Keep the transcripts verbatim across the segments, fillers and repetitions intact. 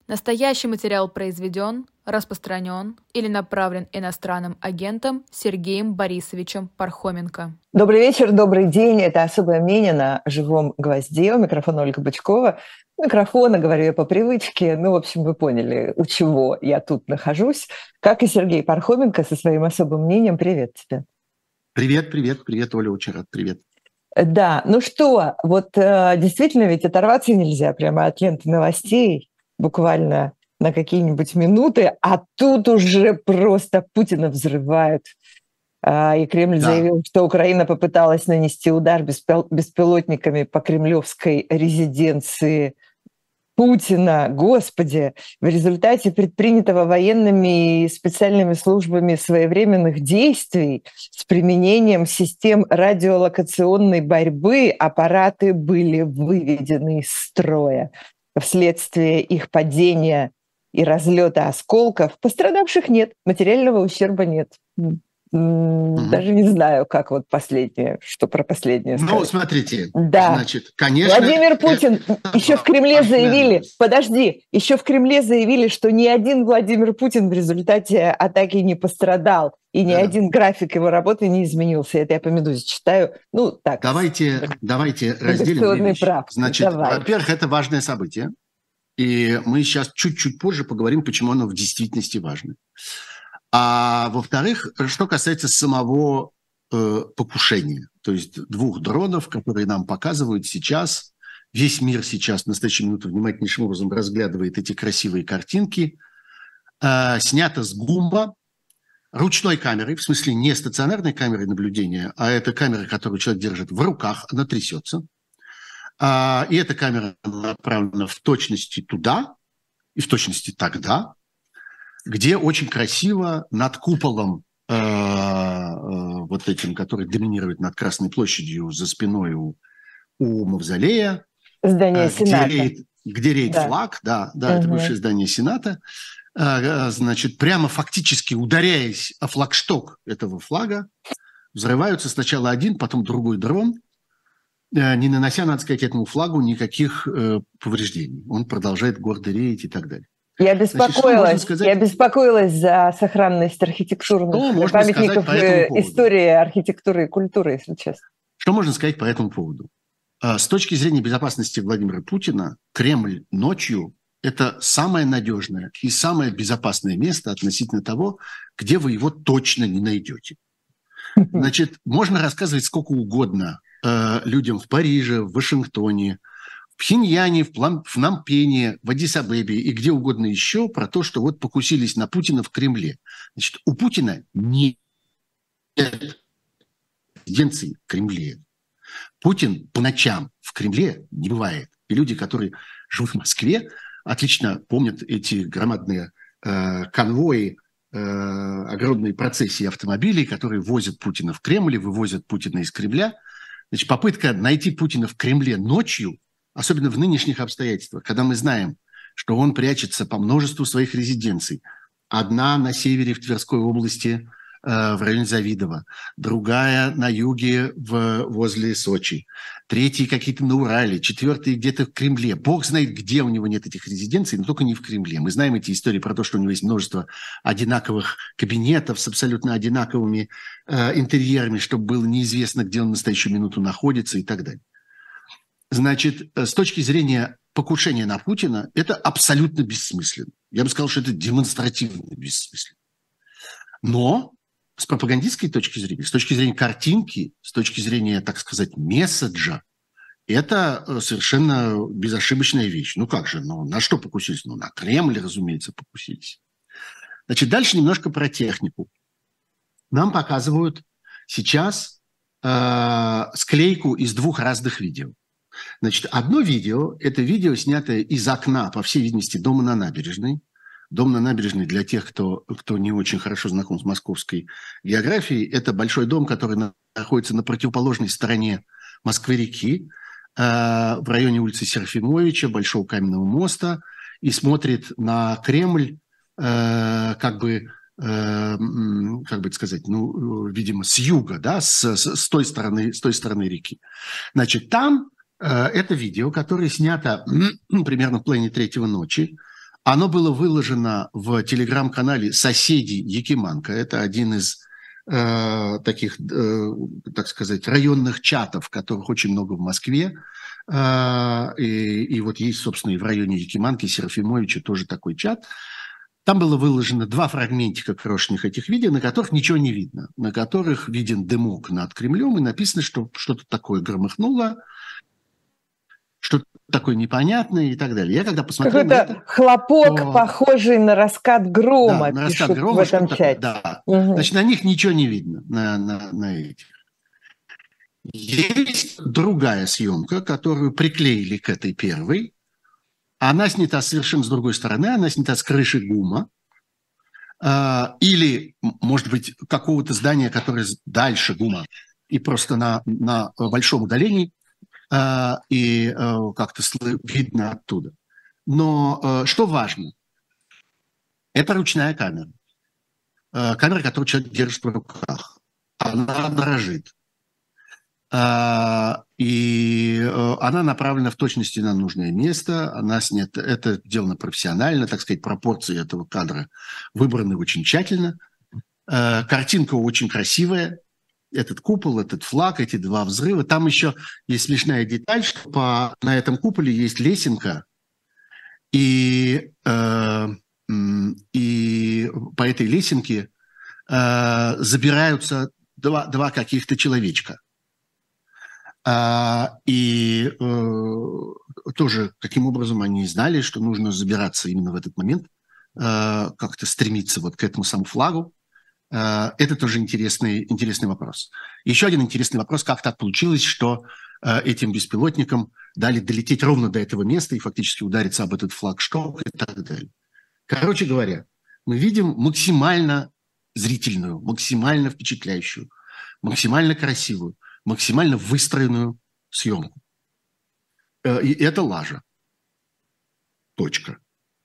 Настоящий материал произведен, распространен или направлен иностранным агентом Сергеем Борисовичем Пархоменко. Добрый вечер, добрый день. Это «Особое мнение» на «Живом гвозде». У микрофона Ольга Бычкова. Микрофона, говорю я по привычке. Ну, в общем, вы поняли, у чего я тут нахожусь. Как и Сергей Пархоменко со своим особым мнением. Привет тебе. Привет, привет, привет, Оля, очень рад, привет. Да, ну что, вот действительно ведь оторваться нельзя прямо от ленты новостей, буквально на какие-нибудь минуты, а тут уже просто Путина взрывают. И Кремль да. заявил, что Украина попыталась нанести удар беспилотниками по кремлевской резиденции Путина. Господи, в результате предпринятого военными и специальными службами своевременных действий с применением систем радиолокационной борьбы аппараты были выведены из строя. Вследствие их падения и разлета осколков пострадавших нет, материального ущерба нет. Даже не знаю, как вот последнее, что про последнее сказать. Ну, смотрите, да. значит, конечно... Владимир Путин это... еще в Кремле заявили, подожди, еще в Кремле заявили, что ни один Владимир Путин в результате атаки не пострадал, и ни да. один график его работы не изменился. Это я по «Медузе» читаю. Ну, так. Давайте, давайте разделим две вещи. Значит, Давай. во-первых, это важное событие, и мы сейчас чуть-чуть позже поговорим, почему оно в действительности важно. А во-вторых, что касается самого э, покушения, то есть двух дронов, которые нам показывают сейчас, весь мир сейчас в настоящую минуту внимательнейшим образом разглядывает эти красивые картинки, э, снято с гумба, ручной камерой, в смысле не стационарной камерой наблюдения, а это камера, которую человек держит в руках, она трясется, э, и эта камера направлена в точности туда и в точности тогда, где очень красиво над куполом, э, э, вот этим, который доминирует над Красной площадью за спиной у, у Мавзолея, здание э, Сената. Где реет, где реет да. флаг, да, да, угу. это бывшее здание Сената, э, значит, прямо фактически ударяясь о флагшток этого флага, взрываются сначала один, потом другой дрон, э, не нанося, надо сказать, этому флагу никаких э, повреждений. Он продолжает гордо реять и так далее. Я беспокоилась, Значит, я беспокоилась за сохранность архитектурных памятников истории, архитектуры и культуры, если честно. Что можно сказать по этому поводу? С точки зрения безопасности Владимира Путина, Кремль ночью – это самое надежное и самое безопасное место относительно того, где вы его точно не найдете. Значит, можно рассказывать сколько угодно э, людям в Париже, в Вашингтоне, в Пхеньяне, в Пномпене, в Аддис-Абебе и где угодно еще про то, что вот покусились на Путина в Кремле. Значит, у Путина нет резиденции в Кремле. Путин по ночам в Кремле не бывает. И люди, которые живут в Москве, отлично помнят эти громадные э, конвои, э, огромные процессии автомобилей, которые возят Путина в Кремль, вывозят Путина из Кремля. Значит, попытка найти Путина в Кремле ночью, особенно в нынешних обстоятельствах, когда мы знаем, что он прячется по множеству своих резиденций. Одна на севере в Тверской области, э, в районе Завидово, другая на юге в, возле Сочи, третьи какие-то на Урале, четвертые где-то в Кремле. Бог знает, где у него нет этих резиденций, но только не в Кремле. Мы знаем эти истории про то, что у него есть множество одинаковых кабинетов с абсолютно одинаковыми э, интерьерами, чтобы было неизвестно, где он в настоящую минуту находится и так далее. Значит, с точки зрения покушения на Путина, это абсолютно бессмысленно. Я бы сказал, что это демонстративно бессмысленно. Но с пропагандистской точки зрения, с точки зрения картинки, с точки зрения, так сказать, месседжа, это совершенно безошибочная вещь. Ну как же, ну на что покусились? Ну на Кремль, разумеется, покусились. Значит, дальше немножко про технику. Нам показывают сейчас э, склейку из двух разных видео. Значит, одно видео – это видео, снятое из окна, по всей видимости, дома на набережной. Дом на набережной, для тех, кто, кто не очень хорошо знаком с московской географией, это большой дом, который находится на противоположной стороне Москвы-реки, э, в районе улицы Серафимовича, Большого каменного моста, и смотрит на Кремль, э, как бы, э, как бы сказать, ну, видимо, с юга, да, с, с, с, той стороны, с той стороны реки. Значит, там... Это видео, которое снято примерно в половине третьего ночи. Оно было выложено в телеграм-канале «Соседи Якиманка». Это один из э, таких, э, так сказать, районных чатов, которых очень много в Москве. Э, и, и вот есть, собственно, и в районе Якиманки, Серафимовича тоже такой чат. Там было выложено два фрагментика крошечных этих видео, на которых ничего не видно, на которых виден дымок над Кремлем, и написано, что что-то такое громыхнуло, что-то такое непонятное и так далее. Я когда посмотрел на Какой-то это, хлопок, то... похожий на раскат грома, Да, на раскат пишут грома, в этом что-то такое. чате. Да. Угу. Значит, на них ничего не видно, на, на, на этих. Есть другая съемка, которую приклеили к этой первой. Она снята совершенно с другой стороны, она снята с крыши ГУМа. Или, может быть, какого-то здания, которое дальше ГУМа, и просто на, на большом удалении, и как-то видно оттуда. Но что важно, это ручная камера. Камера, которую человек держит в руках. Она дрожит. И она направлена в точности на нужное место. Она снята, это сделано профессионально, так сказать, пропорции этого кадра выбраны очень тщательно. Картинка очень красивая. Этот купол, этот флаг, эти два взрыва. Там еще есть смешная деталь, что по, на этом куполе есть лесенка. И, э, и по этой лесенке э, забираются два, два каких-то человечка. И э, тоже, каким образом они знали, что нужно забираться именно в этот момент, э, как-то стремиться вот к этому самому флагу. Э, это тоже интересный, интересный вопрос. Еще один интересный вопрос, как так получилось, что э, этим беспилотникам дали долететь ровно до этого места и фактически удариться об этот флагшток и так далее. Короче говоря, мы видим максимально зрительную, максимально впечатляющую, максимально красивую, максимально выстроенную съемку. И это лажа. Точка.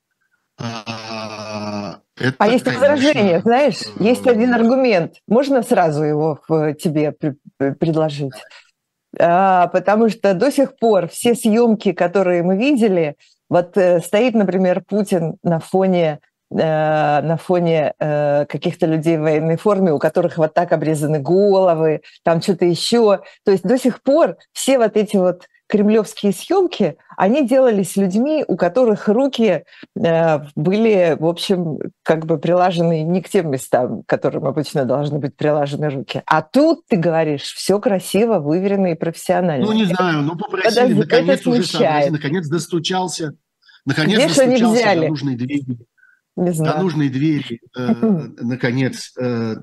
Это, а есть конечно, возражение, знаешь, э... есть один аргумент. Можно сразу его в тебе предложить? А, потому что до сих пор все съемки, которые мы видели, вот стоит, например, Путин на фоне на фоне э, каких-то людей в военной форме, у которых вот так обрезаны головы, там что-то еще. То есть до сих пор все вот эти вот кремлевские съемки, они делались людьми, у которых руки э, были, в общем, как бы прилажены не к тем местам, к которым обычно должны быть прилажены руки. А тут, ты говоришь, все красиво, выверено и профессионально. Ну, не знаю, ну попросили, это, наконец это уже сообразить, наконец достучался, наконец Где достучался до нужной двери. Не знаю. До нужной двери, э, наконец, э,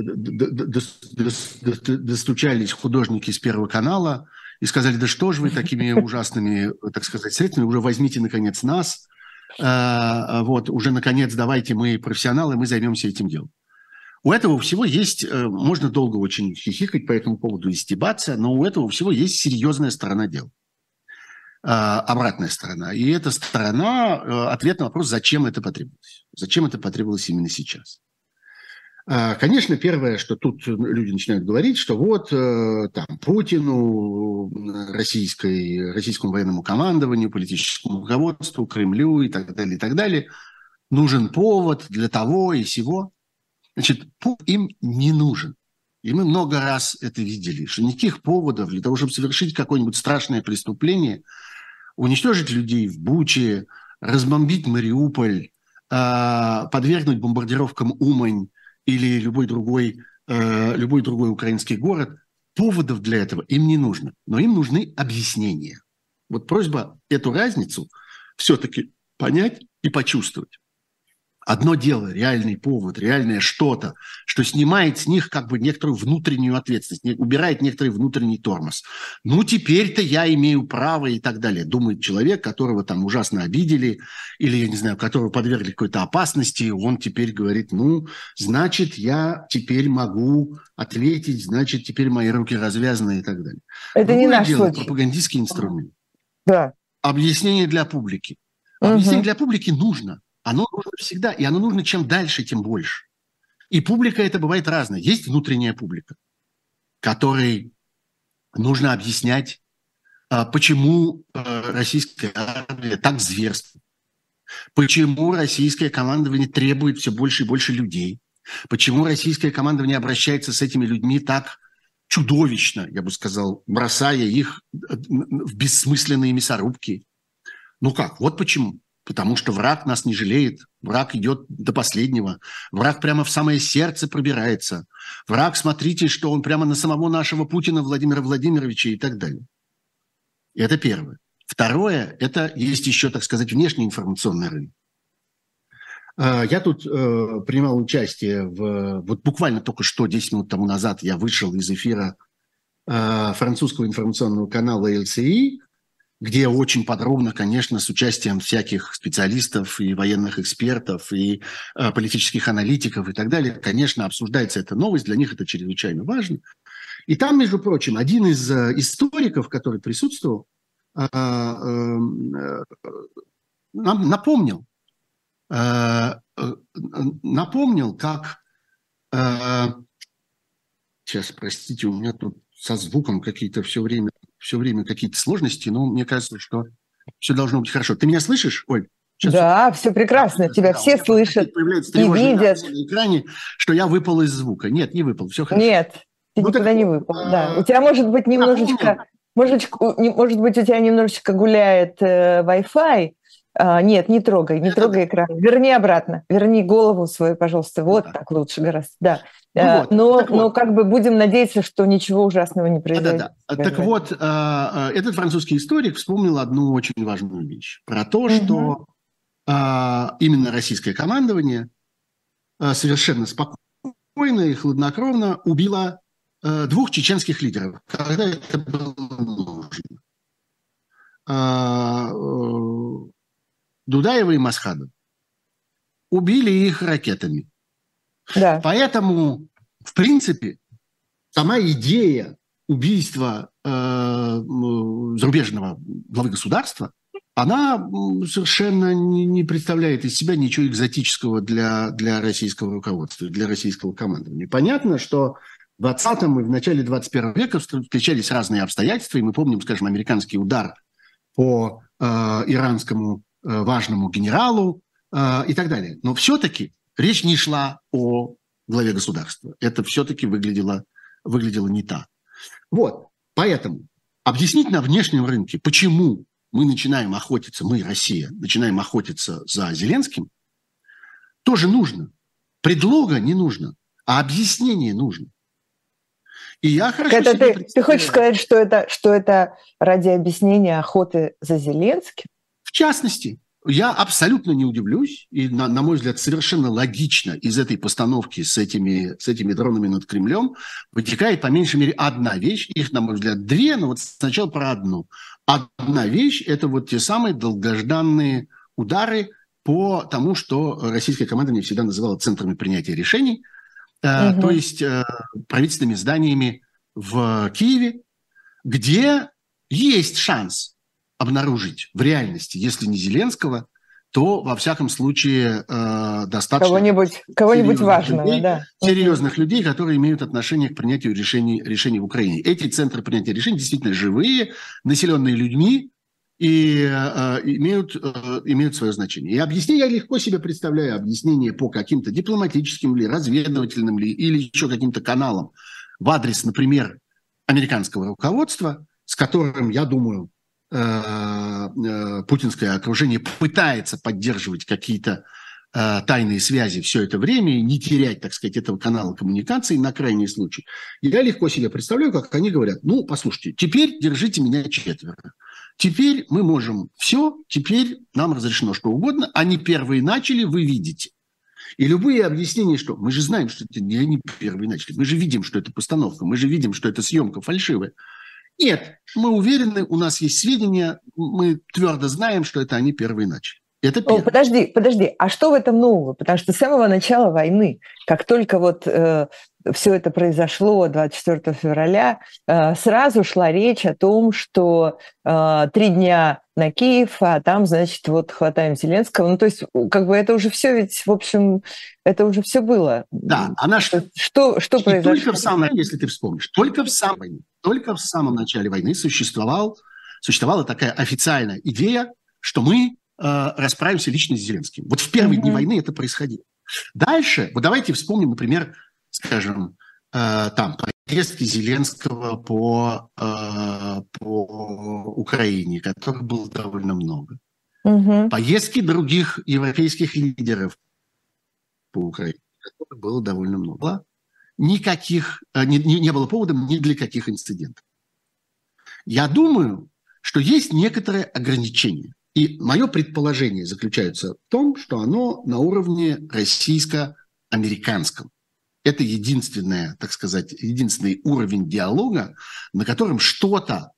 достучались художники с Первого канала и сказали, да что же вы такими ужасными, так сказать, средствами, уже возьмите, наконец, нас, э, вот, уже, наконец, давайте мы профессионалы, мы займемся этим делом. У этого всего есть, э, можно долго очень хихикать по этому поводу и стебаться, но у этого всего есть серьезная сторона дела. Обратная сторона. И эта сторона, ответ на вопрос, зачем это потребовалось. Зачем это потребовалось именно сейчас. Конечно, первое, что тут люди начинают говорить, что вот там Путину, российской, российскому военному командованию, политическому руководству, Кремлю и так далее, и так далее, нужен повод для того и сего. Значит, им не нужен. И мы много раз это видели, что никаких поводов для того, чтобы совершить какое-нибудь страшное преступление, уничтожить людей в Буче, разбомбить Мариуполь, подвергнуть бомбардировкам Умань или любой другой, любой другой украинский город, поводов для этого им не нужно. Но им нужны объяснения. Вот просьба эту разницу все-таки понять и почувствовать. Одно дело, реальный повод, реальное что-то, что снимает с них как бы некоторую внутреннюю ответственность, убирает некоторый внутренний тормоз. Ну, теперь-то я имею право и так далее. Думает человек, которого там ужасно обидели, или, я не знаю, которого подвергли какой-то опасности, он теперь говорит, ну, значит, я теперь могу ответить, значит, теперь мои руки развязаны и так далее. Это Другое не наш дело, случай. пропагандистский инструмент. Да. Объяснение для публики. Объяснение угу. для публики нужно. Оно нужно всегда, и оно нужно чем дальше, тем больше. И публика это бывает разная. Есть внутренняя публика, которой нужно объяснять, почему российская армия так зверствует, Почему российское командование требует все больше и больше людей? Почему российское командование обращается с этими людьми так чудовищно, я бы сказал, бросая их в бессмысленные мясорубки? Ну как, вот почему. Потому что враг нас не жалеет, враг идет до последнего, враг прямо в самое сердце пробирается. Враг, смотрите, что он прямо на самого нашего Путина, Владимира Владимировича и так далее. И это первое. Второе, это есть еще, так сказать, внешний информационный рынок. Я тут э, принимал участие в... Вот буквально только что, десять минут тому назад, я вышел из эфира э, французского информационного канала эл си и, где очень подробно, конечно, с участием всяких специалистов и военных экспертов, и э, политических аналитиков и так далее, конечно, обсуждается эта новость, для них это чрезвычайно важно. И там, между прочим, один из э, историков, который присутствовал, э, э, э, нам напомнил, э, э, напомнил, как... Э, сейчас, простите, у меня тут со звуком какие-то все время... все время какие-то сложности, но мне кажется, что все должно быть хорошо. Ты меня слышишь, Оль? Сейчас да, все прекрасно, тебя да, все слышат и видят. На экране, что я выпал из звука. Нет, не выпал, все хорошо. Нет, ты ну, никуда так, не выпал, а... да. У тебя может быть немножечко, может, может быть, у тебя немножечко гуляет э, Wi-Fi. А, нет, не трогай, не Это... трогай экран. Верни обратно, верни голову свою, пожалуйста. Вот да. Так лучше гораздо, да. Ну вот, но, но вот. Как бы будем надеяться, что ничего ужасного не произойдет. Да, да, да. Так вот, этот французский историк вспомнил одну очень важную вещь. Про то, угу. что именно российское командование совершенно спокойно и хладнокровно убило двух чеченских лидеров, когда это было нужно. Дудаева и Масхадов. Убили их ракетами. Да. Поэтому, в принципе, сама идея убийства э, зарубежного главы государства, она совершенно не, не представляет из себя ничего экзотического для, для российского руководства, для российского командования. Понятно, что в двадцатом и в начале двадцать первого века встречались разные обстоятельства, и мы помним, скажем, американский удар по э, иранскому э, важному генералу э, и так далее. Но все-таки речь не шла о главе государства. Это все-таки выглядело, выглядело не так. Вот, поэтому объяснить на внешнем рынке, почему мы начинаем охотиться, мы, Россия, начинаем охотиться за Зеленским, тоже нужно. Предлога не нужно, а объяснение нужно. И я хорошо это ты, ты хочешь сказать, что это, что это ради объяснения охоты за Зеленским? В частности. Я абсолютно не удивлюсь, и, на, на мой взгляд, совершенно логично из этой постановки с этими, с этими дронами над Кремлем вытекает, по меньшей мере, одна вещь. Их, на мой взгляд, две, но вот сначала про одну. Одна вещь – это вот те самые долгожданные удары по тому, что российское командование всегда называло центрами принятия решений, э, угу. то есть э, правительственными зданиями в Киеве, где есть шанс обнаружить в реальности, если не Зеленского, то, во всяком случае, э, достаточно... Кого-нибудь, кого-нибудь важного, людей, да. Серьезных людей, которые имеют отношение к принятию решений, решений в Украине. Эти центры принятия решений действительно живые, населенные людьми и э, имеют, э, имеют свое значение. И объяснение я легко себе представляю, объяснение по каким-то дипломатическим ли, разведывательным ли, или еще каким-то каналам в адрес, например, американского руководства, с которым, я думаю, путинское окружение пытается поддерживать какие-то э, тайные связи все это время и не терять, так сказать, этого канала коммуникации на крайний случай. Я легко себе представляю, как они говорят: ну, послушайте, теперь держите меня четверо. Теперь мы можем все, теперь нам разрешено что угодно. Они первые начали, вы видите. И любые объяснения, что мы же знаем, что это не они первые начали, мы же видим, что это постановка, мы же видим, что это съемка фальшивая. Нет, мы уверены, у нас есть сведения, мы твердо знаем, что это они первые начали. Это О, подожди, подожди, а что в этом нового? Потому что с самого начала войны, как только вот э, все это произошло двадцать четвёртого февраля, э, сразу шла речь о том, что э, три дня на Киев, а там, значит, вот хватаем Зеленского. Ну, то есть, как бы это уже все ведь, в общем, это уже все было. Да, она что, что, что произошло? Только в самом, если ты вспомнишь, только в самом, только в самом начале войны существовал, существовала такая официальная идея, что мы расправимся лично с Зеленским. Вот в первые mm-hmm. дни войны это происходило. Дальше, вот давайте вспомним, например, скажем, там, поездки Зеленского по, по Украине, которых было довольно много. Mm-hmm. Поездки других европейских лидеров по Украине, которых было довольно много. Никаких, не, не было поводом ни для каких инцидентов. Я думаю, что есть некоторые ограничения. И мое предположение заключается в том, что оно на уровне российско-американском. Это единственное, так сказать, единственный уровень диалога, на котором что-то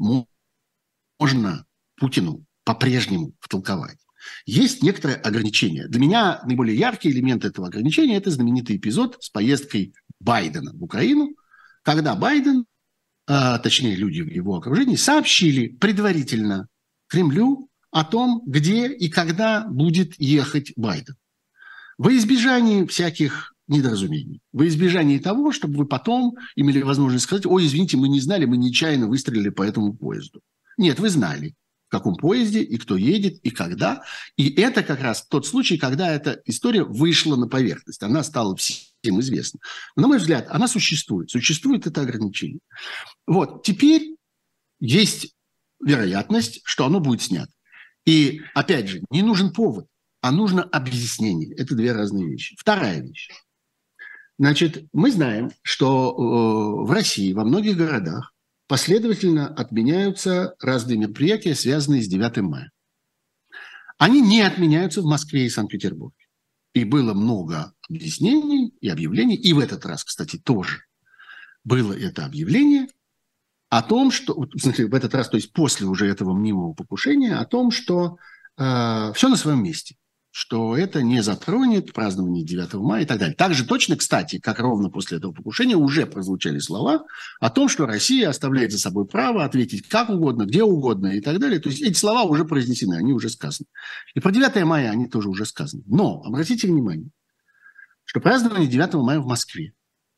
можно Путину по-прежнему втолковать. Есть некоторые ограничения. Для меня наиболее яркий элемент этого ограничения – это знаменитый эпизод с поездкой Байдена в Украину, когда Байден, а, точнее люди в его окружении, сообщили предварительно Кремлю о том, где и когда будет ехать Байден. Во избежание всяких недоразумений, во избежание того, чтобы вы потом имели возможность сказать: ой, извините, мы не знали, мы нечаянно выстрелили по этому поезду. Нет, вы знали, в каком поезде, и кто едет, и когда. И это как раз тот случай, когда эта история вышла на поверхность. Она стала всем известна. Но, на мой взгляд, она существует. Существует это ограничение. Вот, теперь есть вероятность, что оно будет снято. И, опять же, не нужен повод, а нужно объяснение. Это две разные вещи. Вторая вещь. Значит, мы знаем, что э, в России во многих городах последовательно отменяются разные мероприятия, связанные с девятым мая. Они не отменяются в Москве и Санкт-Петербурге. И было много объяснений и объявлений, и в этот раз, кстати, тоже было это объявление о том, что, в смысле, в этот раз, то есть после уже этого мнимого покушения, о том, что э, все на своем месте, что это не затронет празднование девятого мая и так далее. Так же точно, кстати, как ровно после этого покушения уже прозвучали слова о том, что Россия оставляет за собой право ответить как угодно, где угодно и так далее. То есть эти слова уже произнесены, они уже сказаны. И про девятое мая они тоже уже сказаны. Но обратите внимание, что празднование девятого мая в Москве,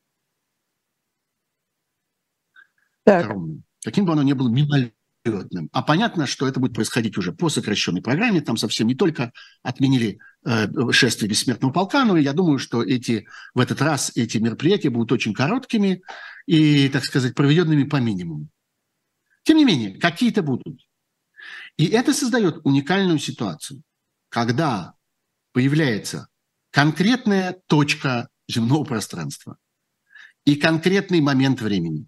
так. каким бы оно ни было мимолетным, а понятно, что это будет происходить уже по сокращенной программе, там совсем не только отменили э, шествие Бессмертного полка, но я думаю, что эти, в этот раз эти мероприятия будут очень короткими и, так сказать, проведенными по минимуму. Тем не менее, какие-то будут. И это создает уникальную ситуацию, когда появляется конкретная точка земного пространства и конкретный момент времени,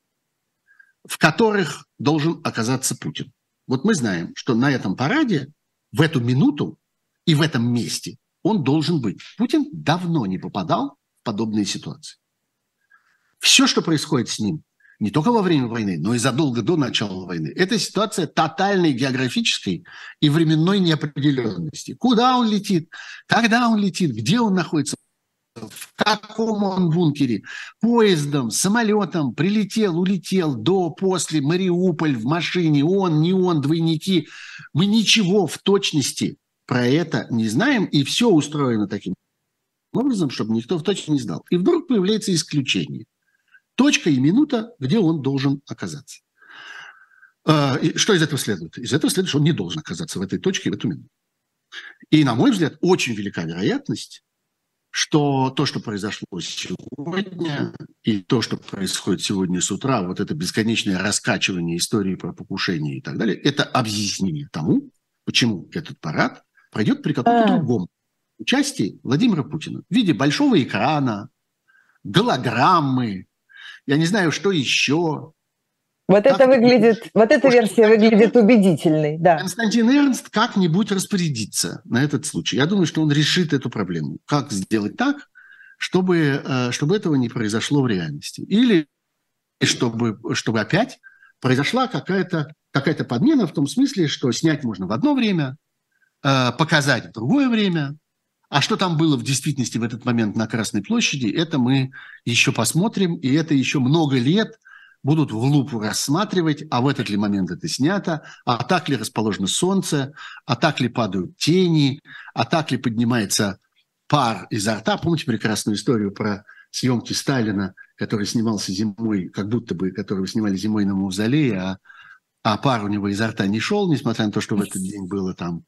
в которых должен оказаться Путин. Вот мы знаем, что на этом параде, в эту минуту и в этом месте он должен быть. Путин давно не попадал в подобные ситуации. Все, что происходит с ним, не только во время войны, но и задолго до начала войны, это ситуация тотальной географической и временной неопределенности. Куда он летит, когда он летит, где он находится, в каком он бункере, поездом, самолетом, прилетел, улетел, до, после, Мариуполь, в машине, он, не он, двойники. Мы ничего в точности про это не знаем, и все устроено таким образом, чтобы никто в точности не знал. И вдруг появляется исключение. Точка и минута, где он должен оказаться. И что из этого следует? Из этого следует, что он не должен оказаться в этой точке в эту минуту. И, на мой взгляд, очень велика вероятность, что то, что произошло сегодня, и то, что происходит сегодня с утра, вот это бесконечное раскачивание истории про покушение и так далее, это объяснение тому, почему этот парад пройдет при каком-то а. другом участии Владимира Путина в виде большого экрана, голограммы, я не знаю, что еще. Вот как это выглядит, вот эта версия выглядит убедительной, да. Константин Эрнст как-нибудь распорядится на этот случай. Я думаю, что он решит эту проблему. Как сделать так, чтобы, чтобы этого не произошло в реальности. Или чтобы, чтобы опять произошла какая-то, какая-то подмена в том смысле, что снять можно в одно время, показать в другое время. А что там было в действительности в этот момент на Красной площади, это мы еще посмотрим, и это еще много лет будут в лупу рассматривать, а в этот ли момент это снято, а так ли расположено солнце, а так ли падают тени, а так ли поднимается пар изо рта. Помните прекрасную историю про съемки Сталина, который снимался зимой, как будто бы, которого снимали зимой на Мавзолее, а, а пар у него изо рта не шел, несмотря на то, что в этот день было там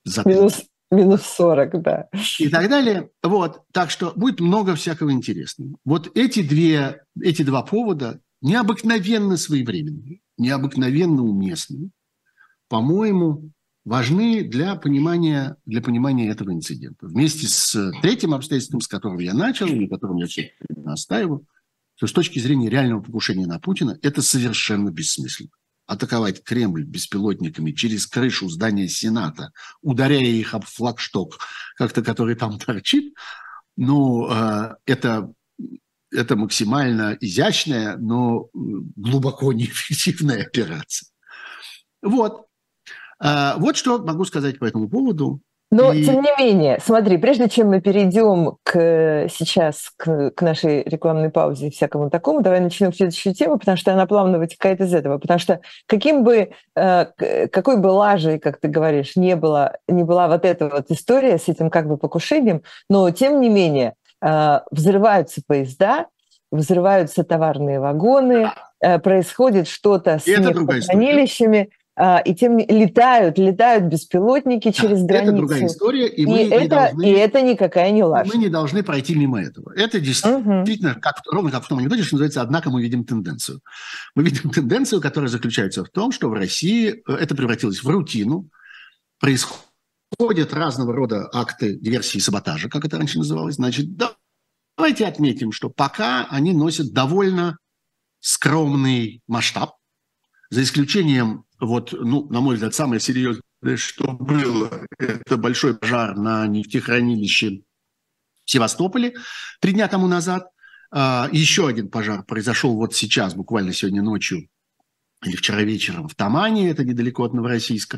за минус, минус сорок, да. И так далее. Вот. Так что будет много всякого интересного. Вот эти, две, эти два повода необыкновенно своевременные, необыкновенно уместные, по-моему, важны для понимания, для понимания этого инцидента. Вместе с третьим обстоятельством, с которого я начал, и которым я все настаиваю, что с точки зрения реального покушения на Путина это совершенно бессмысленно. Атаковать Кремль беспилотниками через крышу здания Сената, ударяя их об флагшток, как-то который там торчит, ну, э, это, это максимально изящная, но глубоко неэффективная операция. Вот. Э, вот что могу сказать по этому поводу. Но, и... тем не менее, смотри, прежде чем мы перейдем к, сейчас к, к нашей рекламной паузе и всякому такому, давай начнем следующую тему, потому что она плавно вытекает из этого. Потому что каким бы, э, какой бы лажей, как ты говоришь, не была, не была вот эта вот история с этим как бы покушением, но, тем не менее, э, взрываются поезда, взрываются товарные вагоны, э, происходит что-то с нефтехранилищами. И тем летают, летают беспилотники через да, границу. Это другая история, и, и, мы это, не должны, и это никакая не ложь. Мы не должны пройти мимо этого. Это действительно, угу. как, ровно как в том анекдоте, что называется, однако мы видим тенденцию. Мы видим тенденцию, которая заключается в том, что в России это превратилось в рутину, происходят разного рода акты диверсии и саботажа, как это раньше называлось. Значит, давайте отметим, что пока они носят довольно скромный масштаб, за исключением, вот, ну, на мой взгляд, самое серьезное, что было, это большой пожар на нефтехранилище в Севастополе три дня тому назад. Еще один пожар произошел вот сейчас, буквально сегодня ночью или вчера вечером в Тамане, это недалеко от Новороссийска.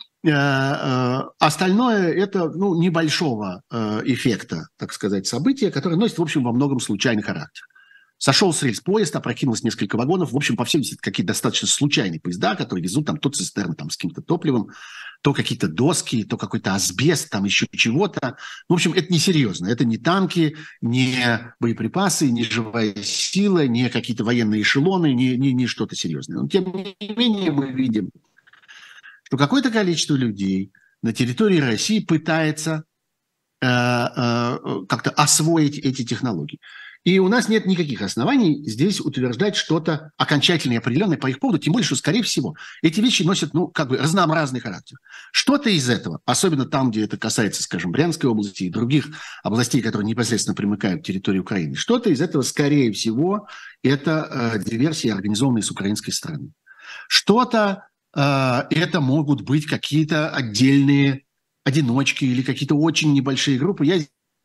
Остальное – это ну, небольшого эффекта, так сказать, события, которые носят, в общем, во многом случайный характер. Сошел с рельс поезд, опрокинулось несколько вагонов. В общем, по всем есть какие-то достаточно случайные поезда, которые везут там то цистерны там, с каким-то топливом, то какие-то доски, то какой-то асбест, там еще чего-то. В общем, это несерьезно. Это не танки, не боеприпасы, не живая сила, не какие-то военные эшелоны, не, не, не что-то серьезное. Но, тем не менее, мы видим, что какое-то количество людей на территории России пытается э, э, как-то освоить эти технологии. И у нас нет никаких оснований здесь утверждать что-то окончательное и определенное по их поводу, тем более, что, скорее всего, эти вещи носят, ну, как бы разнообразный характер. Что-то из этого, особенно там, где это касается, скажем, Брянской области и других областей, которые непосредственно примыкают к территории Украины, что-то из этого, скорее всего, это э, диверсии, организованные с украинской стороны. Что-то э, это могут быть какие-то отдельные одиночки или какие-то очень небольшие группы. Я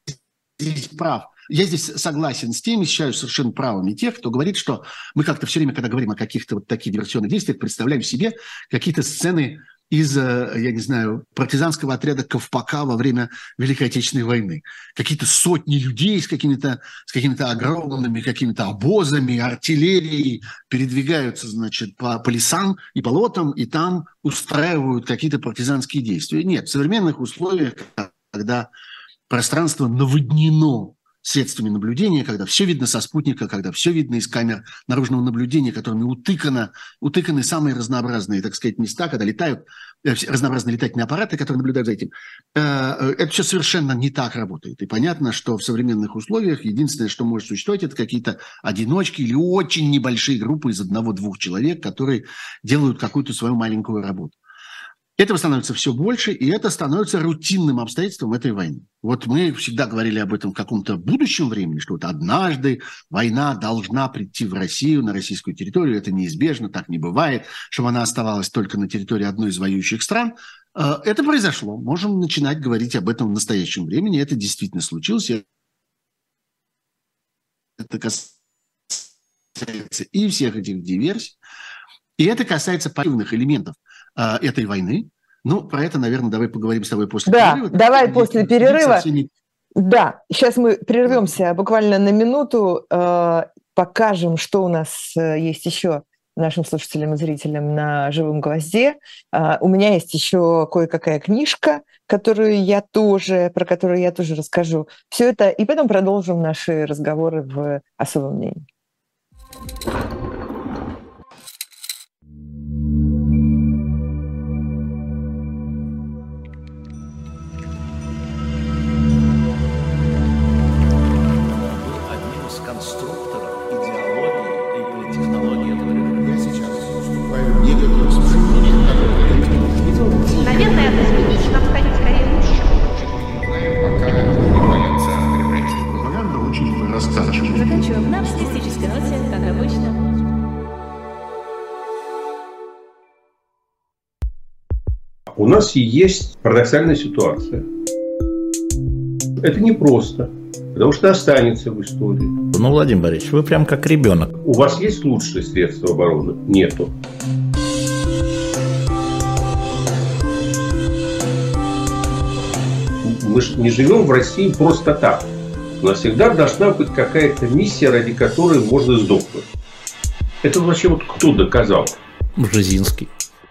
здесь прав. Я здесь согласен с теми, считаю совершенно правыми тех, кто говорит, что мы как-то все время, когда говорим о каких-то вот таких диверсионных действиях, представляем себе какие-то сцены из, я не знаю, партизанского отряда Ковпака во время Великой Отечественной войны. Какие-то сотни людей с какими-то, с какими-то огромными какими-то обозами, артиллерией передвигаются, значит, по, по лесам и болотам, и там устраивают какие-то партизанские действия. Нет, в современных условиях, когда пространство наводнено средствами наблюдения, когда все видно со спутника, когда все видно из камер наружного наблюдения, которыми утыкано, утыканы самые разнообразные, так сказать, места, когда летают разнообразные летательные аппараты, которые наблюдают за этим. Это все совершенно не так работает. И понятно, что в современных условиях единственное, что может существовать, это какие-то одиночки или очень небольшие группы из одного-двух человек, которые делают какую-то свою маленькую работу. Этого становится все больше, и это становится рутинным обстоятельством этой войны. Вот мы всегда говорили об этом в каком-то будущем времени, что вот однажды война должна прийти в Россию, на российскую территорию. Это неизбежно, так не бывает, чтобы она оставалась только на территории одной из воюющих стран. Это произошло. Можем начинать говорить об этом в настоящем времени. Это действительно случилось. Это касается и всех этих диверсий, и это касается позитивных элементов этой войны. Ну, про это, наверное, давай поговорим с тобой после да, перерыва. Да, давай после перерыва. Всеми... Да, сейчас мы прервемся буквально на минуту, э, покажем, что у нас есть еще нашим слушателям и зрителям на «Живом гвозде». Э, у меня есть еще кое-какая книжка, которую я тоже, про которую я тоже расскажу. Все это, и потом продолжим наши разговоры в особом мнении. У нас есть парадоксальная ситуация. Это непросто, потому что останется в истории. Ну, Владимир Борисович, вы прям как ребенок. У вас есть лучшие средства обороны? Нету. Мы же не живем в России просто так. У нас всегда должна быть какая-то миссия, ради которой можно сдохнуть. Это вообще вот кто доказал? Бжезинский.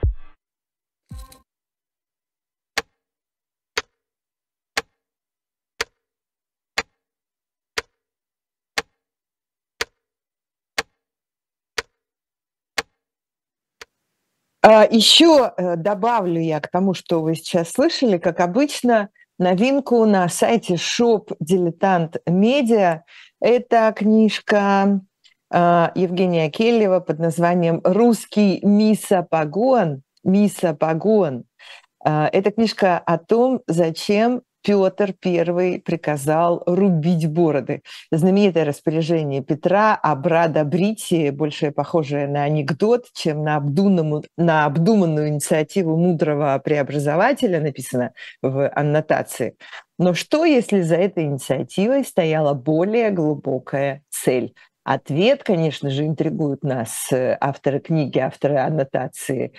Еще добавлю я к тому, что вы сейчас слышали, как обычно, новинку на сайте Shop Dilettant Media. Это книжка Евгения Келлева под названием «Русский мисопогон». Мисопогон. Это книжка о том, зачем Петр Первый приказал рубить бороды. Знаменитое распоряжение Петра о брадобритии, больше похожее на анекдот, чем на обдуманную, на обдуманную инициативу мудрого преобразователя, написано в аннотации. Но что, если за этой инициативой стояла более глубокая цель? Ответ, конечно же, интригуют нас авторы книги, авторы аннотации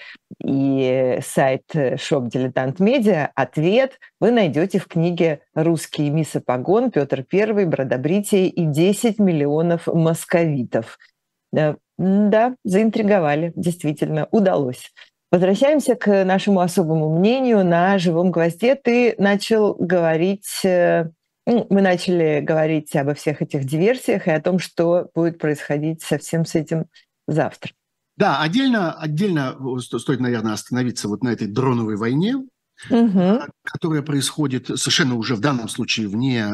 и сайт Shop Dilettant Media. Ответ вы найдете в книге «Русский мисопогон. Петр Первый. Бродобритие и десять миллионов московитов». Да, да, заинтриговали, действительно, удалось. Возвращаемся к нашему особому мнению. На «Живом гвозде» ты начал говорить... Мы начали говорить обо всех этих диверсиях и о том, что будет происходить со всем с этим завтра. Да, отдельно, отдельно стоит, наверное, остановиться вот на этой дроновой войне, угу. которая происходит совершенно уже в данном случае вне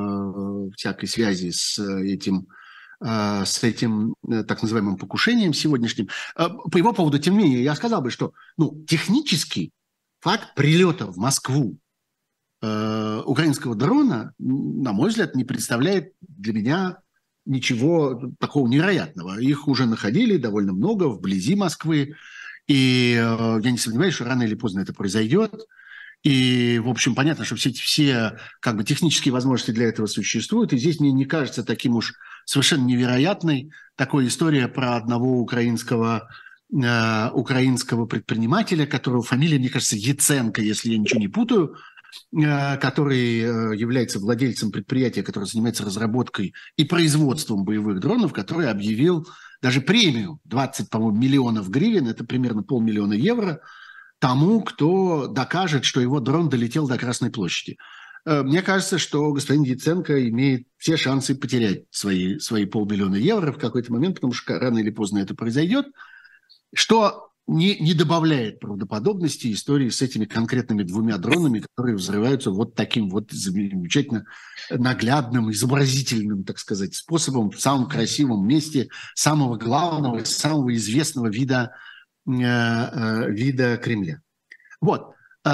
э, всякой связи с этим, э, с этим э, так называемым покушением сегодняшним. Э, по его поводу, тем не менее, я сказал бы, что ну, технически факт прилета в Москву украинского дрона, на мой взгляд, не представляет для меня ничего такого невероятного. Их уже находили довольно много вблизи Москвы, и я не сомневаюсь, что рано или поздно это произойдет. И, в общем, понятно, что все, все как бы, технические возможности для этого существуют, и здесь мне не кажется таким уж совершенно невероятной такой история про одного украинского, э, украинского предпринимателя, которого фамилия, мне кажется, Яценко, если я ничего не путаю, который является владельцем предприятия, которое занимается разработкой и производством боевых дронов, который объявил даже премию двадцать, по-моему, миллионов гривен, это примерно полмиллиона евро, тому, кто докажет, что его дрон долетел до Красной площади. Мне кажется, что господин Яценко имеет все шансы потерять свои, свои полмиллиона евро в какой-то момент, потому что рано или поздно это произойдет, что... Не, не добавляет правдоподобности истории с этими конкретными двумя дронами, которые взрываются вот таким вот замечательно наглядным, изобразительным, так сказать, способом в самом красивом месте самого главного, самого известного вида, э, э, вида Кремля. Вот.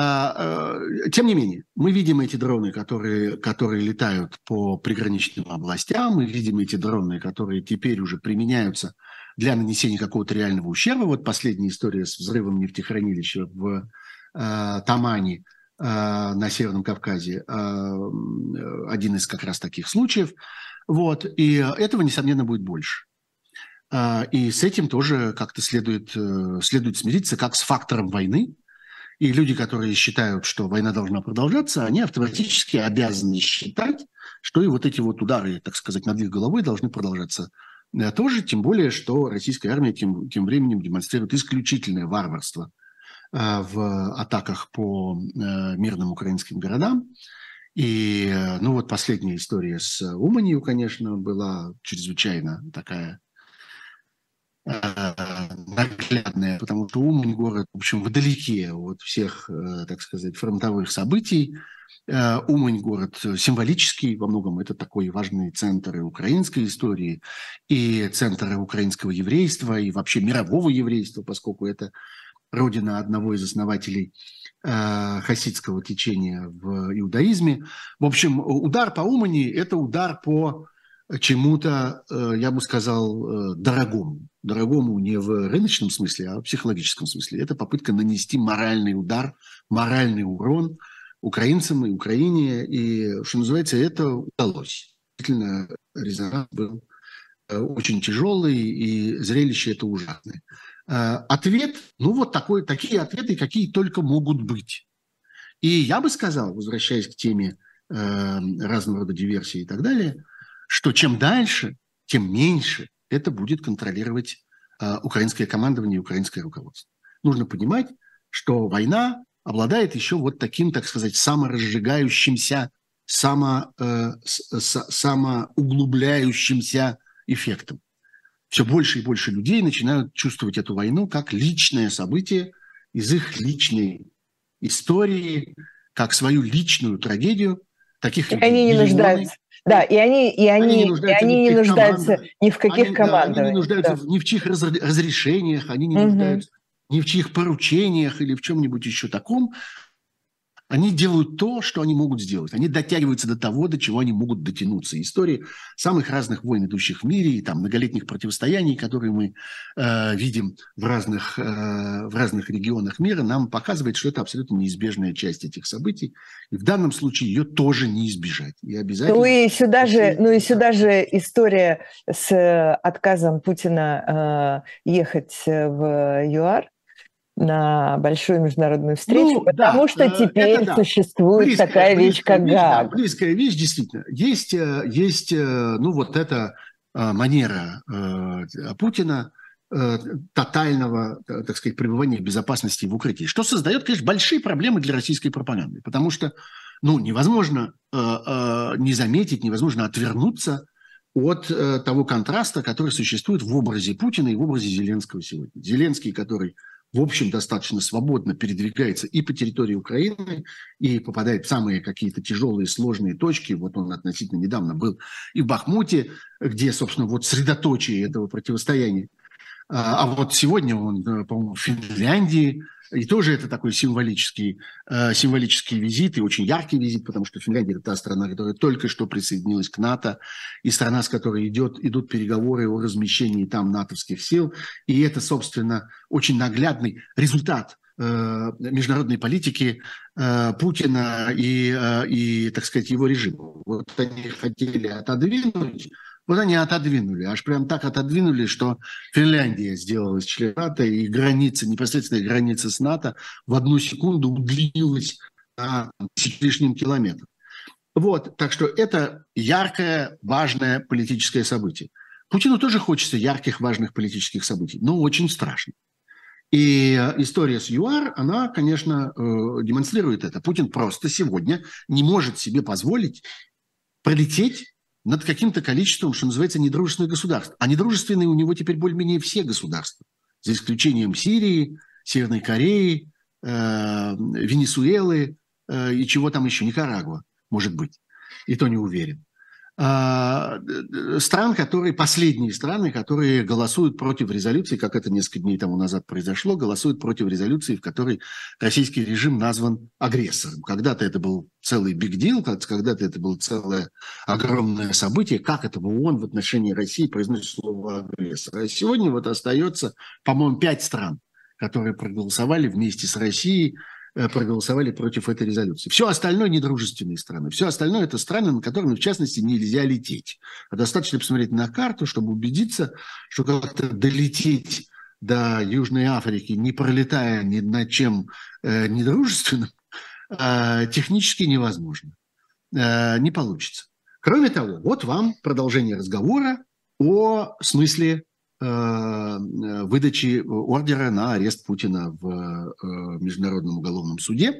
Тем не менее, мы видим эти дроны, которые, которые летают по приграничным областям, мы видим эти дроны, которые теперь уже применяются для нанесения какого-то реального ущерба. Вот последняя история с взрывом нефтехранилища в э, Тамане э, на Северном Кавказе, э, один из как раз таких случаев. Вот. И этого, несомненно, будет больше. Э, и с этим тоже как-то следует, э, следует смириться, как с фактором войны. И люди, которые считают, что война должна продолжаться, они автоматически обязаны считать, что и вот эти вот удары, так сказать, над их головой должны продолжаться тоже, тем более, что российская армия тем, тем временем демонстрирует исключительное варварство э, в атаках по э, мирным украинским городам. И, э, ну вот последняя история с Уманью, конечно, была чрезвычайно такая э, наглядная, потому что Умань город, в общем, вдалеке от всех, э, так сказать, фронтовых событий. Умань город символический, во многом это такой важный центр и украинской истории, и центр украинского еврейства, и вообще мирового еврейства, поскольку это родина одного из основателей э, хасидского течения в иудаизме. В общем, удар по Умани – это удар по чему-то, я бы сказал, дорогому. Дорогому не в рыночном смысле, а в психологическом смысле. Это попытка нанести моральный удар, моральный урон украинцам и Украине. И, что называется, это удалось. Действительно, резонанс был очень тяжелый, и зрелище это ужасное. Ответ, ну вот такой, такие ответы, какие только могут быть. И я бы сказал, возвращаясь к теме разного рода диверсий и так далее, что чем дальше, тем меньше это будет контролировать э, украинское командование и украинское руководство. Нужно понимать, что война обладает еще вот таким, так сказать, саморазжигающимся, само, э, с, самоуглубляющимся эффектом. Все больше и больше людей начинают чувствовать эту войну как личное событие из их личной истории, как свою личную трагедию. Таких людей они не миллионы. нуждаются. Да, и они, и они, они не нуждаются, и они ни, не нуждаются ни в каких они, командах. Да, они не нуждаются да. ни в чьих разрешениях, они не угу. нуждаются ни в чьих поручениях или в чем-нибудь еще таком. Они делают то, что они могут сделать. Они дотягиваются до того, до чего они могут дотянуться. Истории самых разных войн, идущих в мире, и там многолетних противостояний, которые мы э, видим в разных, э, в разных регионах мира, нам показывает, что это абсолютно неизбежная часть этих событий. И в данном случае ее тоже не избежать. И обязательно... Ну и сюда же, ну и сюда же история с отказом Путина э, ехать в ЮАР на большую международную встречу, ну, потому да, что теперь это, существует близкая, такая близкая вещь, как вещь, ГААГ. Да, близкая вещь, действительно. Есть, есть ну, вот эта манера э, Путина э, тотального, так сказать, пребывания в безопасности в укрытии, что создает, конечно, большие проблемы для российской пропаганды, потому что ну, невозможно э, э, не заметить, невозможно отвернуться от э, того контраста, который существует в образе Путина и в образе Зеленского сегодня. Зеленский, который в общем, достаточно свободно передвигается и по территории Украины, и попадает в самые какие-то тяжелые, сложные точки. Вот он относительно недавно был и в Бахмуте, где, собственно, вот средоточие этого противостояния. А вот сегодня он, по-моему, в Финляндии, и тоже это такой символический, символический визит, и очень яркий визит, потому что Финляндия – это та страна, которая только что присоединилась к НАТО, и страна, с которой идет, идут переговоры о размещении там натовских сил. И это, собственно, очень наглядный результат международной политики Путина и, и, так сказать, его режима. Вот они хотели отодвинуть. Вот они отодвинули, аж прям так отодвинули, что Финляндия сделалась членом НАТО, и граница, непосредственная граница с НАТО в одну секунду удлинилась на тысячу лишним километров. Вот, так что это яркое, важное политическое событие. Путину тоже хочется ярких, важных политических событий, но очень страшно. И история с ЮАР, она, конечно, демонстрирует это. Путин просто сегодня не может себе позволить пролететь над каким-то количеством, что называется, недружественных государств. А недружественные у него теперь более-менее все государства, за исключением Сирии, Северной Кореи, э, Венесуэлы э, и чего там еще, Никарагуа, может быть, и то не уверен. Э, стран, которые, последние страны, которые голосуют против резолюции, как это несколько дней тому назад произошло, голосуют против резолюции, в которой российский режим назван агрессором. Когда-то это был целый big deal, когда-то это было целое огромное событие, как это ООН в отношении России произносит слово агрессор. А сегодня вот остается, по-моему, пять стран, которые проголосовали вместе с Россией, проголосовали против этой резолюции. Все остальное недружественные страны. Все остальное это страны, на которыми, в частности, нельзя лететь. А достаточно посмотреть на карту, чтобы убедиться, что как-то долететь до Южной Африки, не пролетая ни над чем э, недружественным, э, технически невозможно. Э, не получится. Кроме того, вот вам продолжение разговора о смысле выдачи ордера на арест Путина в Международном уголовном суде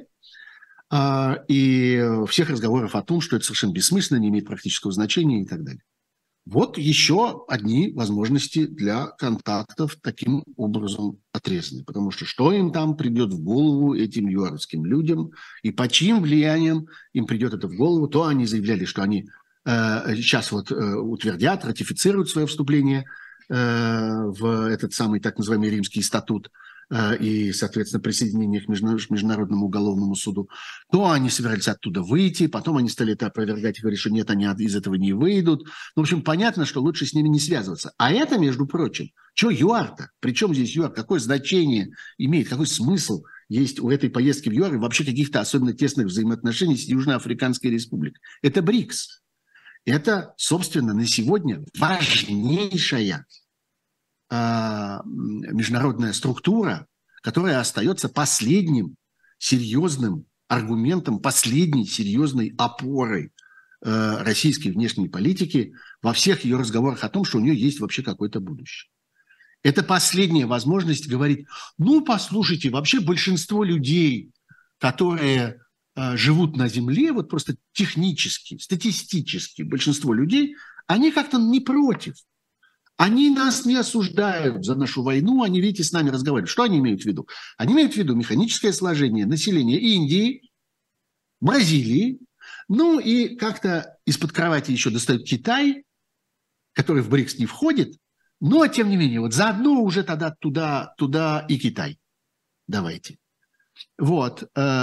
и всех разговоров о том, что это совершенно бессмысленно, не имеет практического значения и так далее. Вот еще одни возможности для контактов таким образом отрезаны. Потому что что им там придет в голову, этим юаровским людям, и по чьим влиянием им придет это в голову, то они заявляли, что они э, сейчас вот э, утвердят, ратифицируют свое вступление в этот самый так называемый Римский статут и, соответственно, присоединение к Международному уголовному суду, то они собирались оттуда выйти, потом они стали это опровергать и говорить, что нет, они из этого не выйдут. В общем, понятно, что лучше с ними не связываться. А это, между прочим, что ЮАР-то? Причем здесь ЮАР? Какое значение имеет, какой смысл есть у этой поездки в ЮАР и вообще каких-то особенно тесных взаимоотношений с Южноафриканской Республикой? Это БРИКС. Это, собственно, на сегодня важнейшая э, международная структура, которая остается последним серьезным аргументом, последней серьезной опорой э, российской внешней политики во всех ее разговорах о том, что у нее есть вообще какое-то будущее. Это последняя возможность говорить, ну, послушайте, вообще большинство людей, которые живут на Земле, вот просто технически, статистически большинство людей, они как-то не против. Они нас не осуждают за нашу войну, они, видите, с нами разговаривают. Что они имеют в виду? Они имеют в виду механическое сложение населения Индии, Бразилии, ну и как-то из-под кровати еще достают Китай, который в БРИКС не входит, но, тем не менее, вот заодно уже тогда туда, туда и Китай. Давайте. Вот,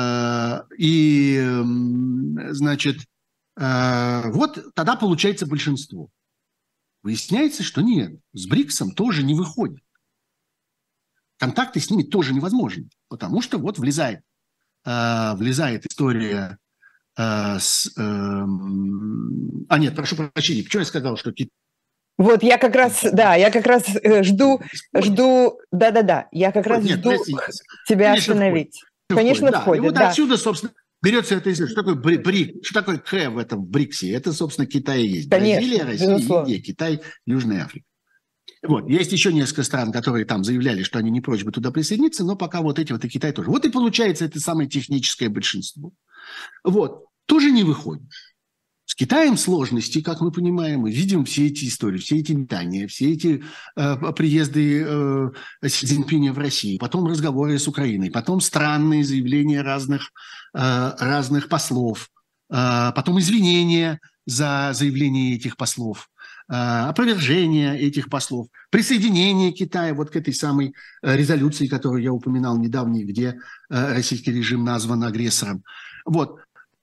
и, значит, вот тогда получается большинство. Выясняется, что нет, с БРИКСом тоже не выходит. Контакты с ними тоже невозможны, потому что вот влезает, влезает история с... А нет, прошу прощения, почему я сказал, что Китай... Вот я как раз, да, я как раз жду, жду, да-да-да, я как раз Нет, жду простите. тебя Конечно, остановить. входит. Конечно, да. входит, И вот да. отсюда, собственно, берется это история. Что такое БРИК, что такое К в этом БРИКСе? Это, собственно, Китай и есть. Конечно, Бразилия, Россия, безусловно. Индия, Китай, Южная Африка. Вот. Есть еще несколько стран, которые там заявляли, что они не прочь бы туда присоединиться, но пока вот эти вот и Китай тоже. Вот и получается это самое техническое большинство. Вот. Тоже не выходит. С Китаем сложности, как мы понимаем, мы видим все эти истории, все эти метания, все эти э, приезды э, Си Цзиньпиня в Россию, потом разговоры с Украиной, потом странные заявления разных, э, разных послов, э, потом извинения за заявления этих послов, э, опровержение этих послов, присоединение Китая вот к этой самой э, резолюции, которую я упоминал недавно, где э, российский режим назван агрессором. Вот.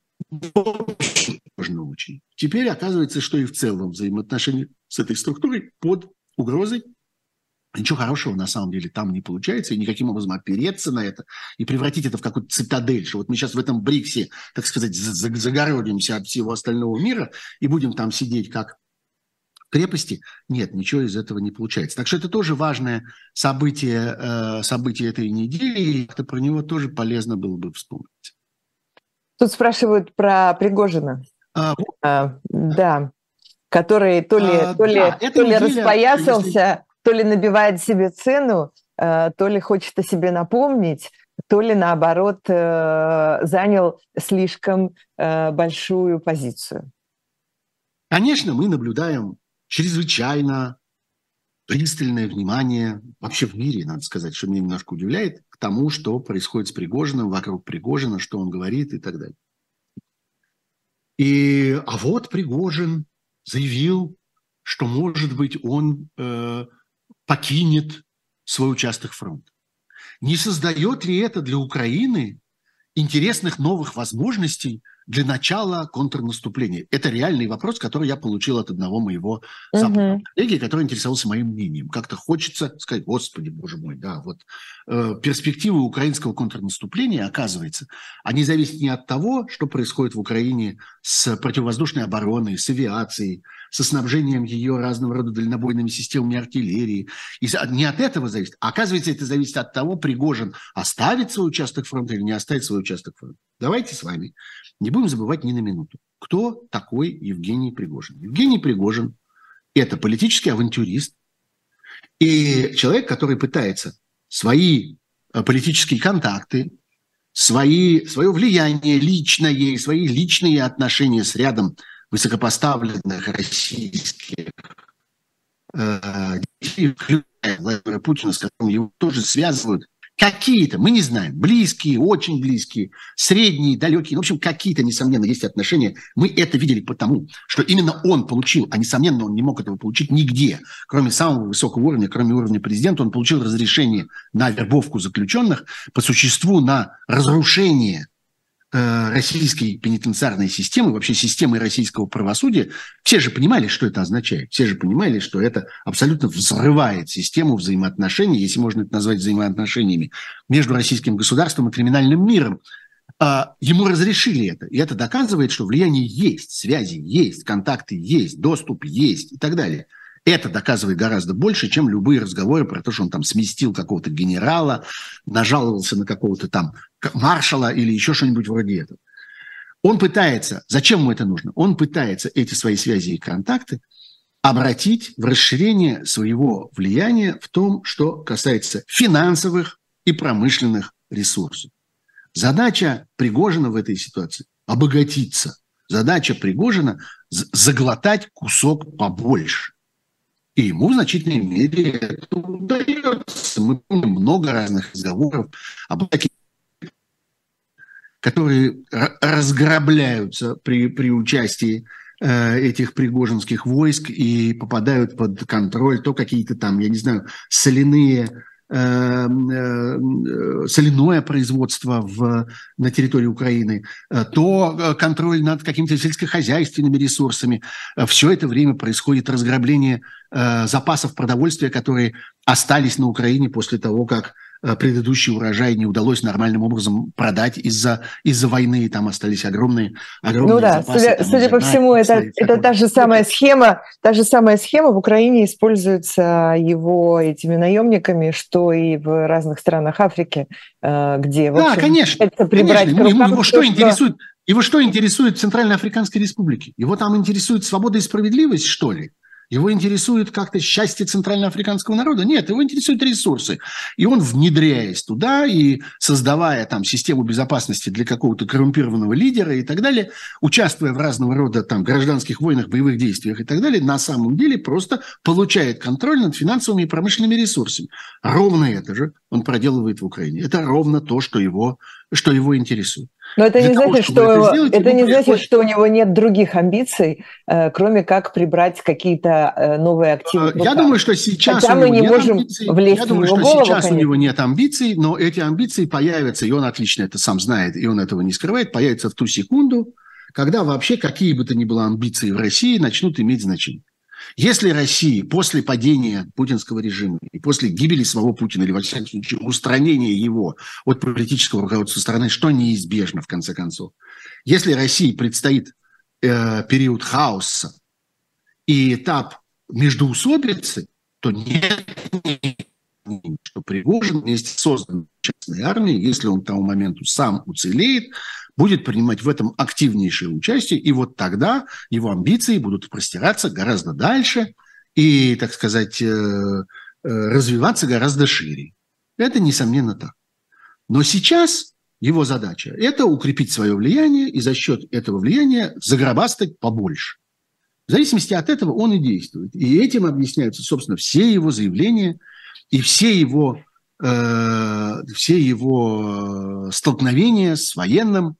Можно очень. Теперь оказывается, что и в целом взаимоотношения с этой структурой под угрозой. Ничего хорошего на самом деле там не получается, и никаким образом опереться на это и превратить это в какую-то цитадель, что вот мы сейчас в этом БРИКСе, так сказать, загородимся от всего остального мира и будем там сидеть как в крепости. Нет, ничего из этого не получается. Так что это тоже важное событие, событие этой недели, и это про него тоже полезно было бы вспомнить. Тут спрашивают про Пригожина. А, а, да, который то ли, а, то ли, да, то ли неделя, распоясался, если... то ли набивает себе цену, то ли хочет о себе напомнить, то ли, наоборот, занял слишком большую позицию. Конечно, мы наблюдаем чрезвычайно пристальное внимание вообще в мире, надо сказать, что меня немножко удивляет, к тому, что происходит с Пригожиным, вокруг Пригожина, что он говорит и так далее. И, а вот Пригожин заявил, что, может быть, он э, покинет свой участок фронта. Не создает ли это для Украины интересных новых возможностей для начала контрнаступления? Это реальный вопрос, который я получил от одного моего западного uh-huh. коллеги, который интересовался моим мнением. Как-то хочется сказать, господи, боже мой, да, вот э, перспективы украинского контрнаступления, оказывается, они зависят не от того, что происходит в Украине с противовоздушной обороной, с авиацией, со снабжением ее разного рода дальнобойными системами артиллерии. И не от этого зависит. А оказывается, это зависит от того, Пригожин оставит свой участок фронта или не оставит свой участок фронта. Давайте с вами не будем забывать ни на минуту, кто такой Евгений Пригожин. Евгений Пригожин – это политический авантюрист и человек, который пытается свои политические контакты, свои, свое влияние личное, свои личные отношения с рядом высокопоставленных российских э, Владимира Путина, с которым его тоже связывают Какие-то, мы не знаем, близкие, очень близкие, средние, далекие, в общем, какие-то, несомненно, есть отношения. Мы это видели потому, что именно он получил, а, несомненно, он не мог этого получить нигде, кроме самого высокого уровня, кроме уровня президента, он получил разрешение на вербовку заключенных, по существу на разрушение российской пенитенциарной системы, вообще системы российского правосудия. Все же понимали, что это означает. Все же понимали, что это абсолютно взрывает систему взаимоотношений, если можно это назвать взаимоотношениями, между российским государством и криминальным миром. Ему разрешили это. И это доказывает, что влияние есть, связи есть, контакты есть, доступ есть и так далее. Это доказывает гораздо больше, чем любые разговоры про то, что он там сместил какого-то генерала, нажаловался на какого-то там маршала или еще что-нибудь вроде этого. Он пытается, зачем ему это нужно? Он пытается эти свои связи и контакты обратить в расширение своего влияния в том, что касается финансовых и промышленных ресурсов. Задача Пригожина в этой ситуации – обогатиться. Задача Пригожина – заглотать кусок побольше. И ему в значительной мере это удается. Мы помним много разных разговоров об таких, которые разграбляются при, при участии э, этих пригожинских войск и попадают под контроль то какие-то там, я не знаю, соляные, э, э, соляное производство в, на территории Украины, э, то контроль над какими-то сельскохозяйственными ресурсами. Все это время происходит разграбление запасов продовольствия, которые остались на Украине после того, как предыдущий урожай не удалось нормальным образом продать из-за, из-за войны, и там остались огромные, огромные ну да, запасы. Судя, там, судя по зерна, всему, это, стоит, это та же самая схема, та же самая схема в Украине используется его этими наемниками, что и в разных странах Африки, где, в общем, да, конечно, прибрать конечно. Ему, его, что что... интересует, его что интересует в Центральноафриканской Республике? Его там интересует свобода и справедливость, что ли? Его интересует как-то счастье центральноафриканского народа? Нет, его интересуют ресурсы. И он, внедряясь туда и создавая там систему безопасности для какого-то коррумпированного лидера и так далее, участвуя в разного рода там гражданских войнах, боевых действиях и так далее, на самом деле просто получает контроль над финансовыми и промышленными ресурсами. Ровно это же он проделывает в Украине. Это ровно то, что его, что его интересует. Но это Для не того, значит, что, это сделать, это не приходит... значит, что у него нет других амбиций, э, кроме как прибрать какие-то э, новые активы. Я думаю, что сейчас Хотя у мы него не нет можем амбиций. влезть Я в думаю, его что голову, сейчас конечно. у него нет амбиций, но эти амбиции появятся, и он отлично это сам знает, и он этого не скрывает, появятся в ту секунду, когда вообще какие бы то ни было амбиции в России начнут иметь значение. Если Россия после падения путинского режима и после гибели самого Путина, или, во всяком случае, устранения его от политического руководства страны, что неизбежно, в конце концов, если России предстоит э, период хаоса и этап междоусобицы, то нет, что Пригожин вместе с созданной частной армией, если он к тому моменту сам уцелеет, будет принимать в этом активнейшее участие, и вот тогда его амбиции будут простираться гораздо дальше и, так сказать, развиваться гораздо шире. Это, несомненно, так. Но сейчас его задача – это укрепить свое влияние и за счет этого влияния загробастать побольше. В зависимости от этого он и действует. И этим объясняются, собственно, все его заявления и все его, э, все его столкновения с военным,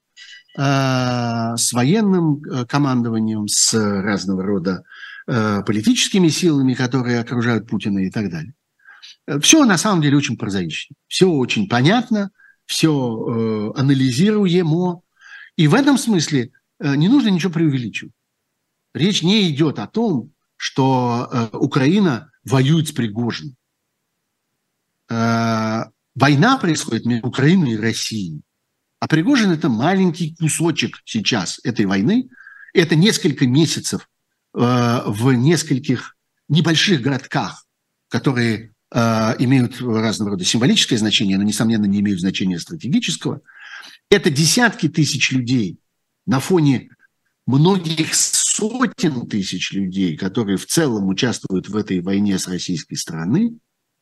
э, с военным командованием, с разного рода э, политическими силами, которые окружают Путина и так далее. Все на самом деле очень прозаично, все очень понятно, все э, анализируемо. И в этом смысле э, не нужно ничего преувеличивать. Речь не идет о том, что э, Украина воюет с Пригожиным. Э, война происходит между Украиной и Россией. А Пригожин – это маленький кусочек сейчас этой войны. Это несколько месяцев э, в нескольких небольших городках, которые э, имеют разного рода символическое значение, но, несомненно, не имеют значения стратегического. Это десятки тысяч людей на фоне многих сотен тысяч людей, которые в целом участвуют в этой войне с российской стороны.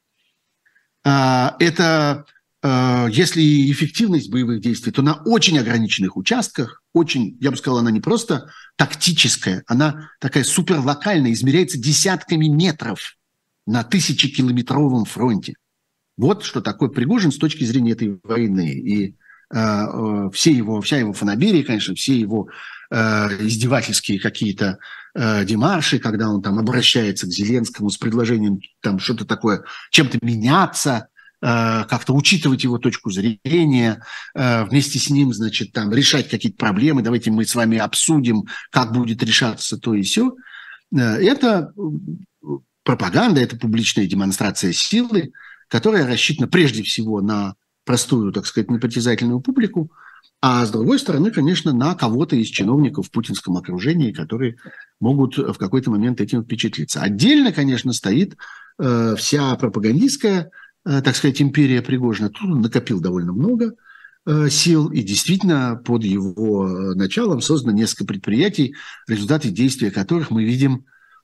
Это, если эффективность боевых действий, то на очень ограниченных участках, очень, я бы сказал, она не просто тактическая, она такая суперлокальная, измеряется десятками метров на тысячекилометровом фронте. Вот что такое Пригожин с точки зрения этой войны. И э, все его, вся его фанаберия, конечно, все его э, издевательские какие-то э, демарши, когда он там обращается к Зеленскому с предложением там что-то такое, чем-то меняться, э, как-то учитывать его точку зрения, э, вместе с ним, значит, там решать какие-то проблемы, давайте мы с вами обсудим, как будет решаться то и сё. Э, это пропаганда, это публичная демонстрация силы, которая рассчитана прежде всего на простую, так сказать, непритязательную публику, а с другой стороны, конечно, на кого-то из чиновников в путинском окружении, которые могут в какой-то момент этим впечатлиться. Отдельно, конечно, стоит э, вся пропагандистская, э, так сказать, империя Пригожина. Тут он накопил довольно много э, сил, и действительно под его началом создано несколько предприятий, результаты действия которых мы видим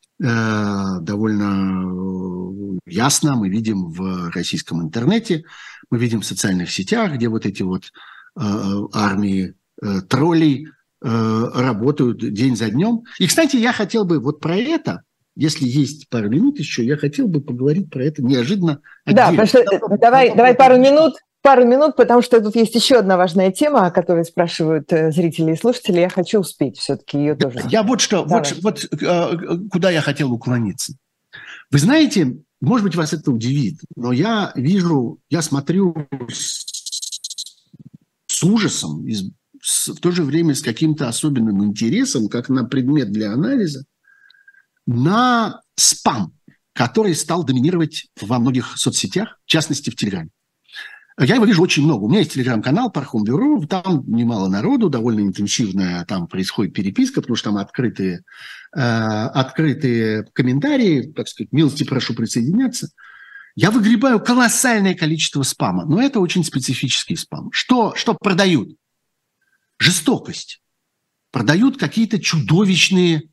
довольно ясно, мы видим в российском интернете, мы видим в социальных сетях, где вот эти вот э, армии э, троллей э, работают день за днем. И, кстати, я хотел бы вот про это, если есть пару минут еще, я хотел бы поговорить про это неожиданно отдельно. Да, потому что потом, давай, потом, давай потом, пару минут. Пару минут, потому что тут есть еще одна важная тема, о которой спрашивают зрители и слушатели. Я хочу успеть все-таки ее тоже. Я вот что, вот, вот куда я хотел уклониться. Вы знаете, может быть, вас это удивит, но я вижу, я смотрю с, с ужасом, и с, в то же время с каким-то особенным интересом, как на предмет для анализа, на спам, который стал доминировать во многих соцсетях, в частности, в Телеграме. Я его вижу очень много. У меня есть телеграм-канал Пархом Бюро, там немало народу, довольно интенсивная там происходит переписка, потому что там открытые, э, открытые комментарии, так сказать, милости прошу присоединяться. Я выгребаю колоссальное количество спама, но это очень специфический спам. Что, что продают? Жестокость. Продают какие-то чудовищные,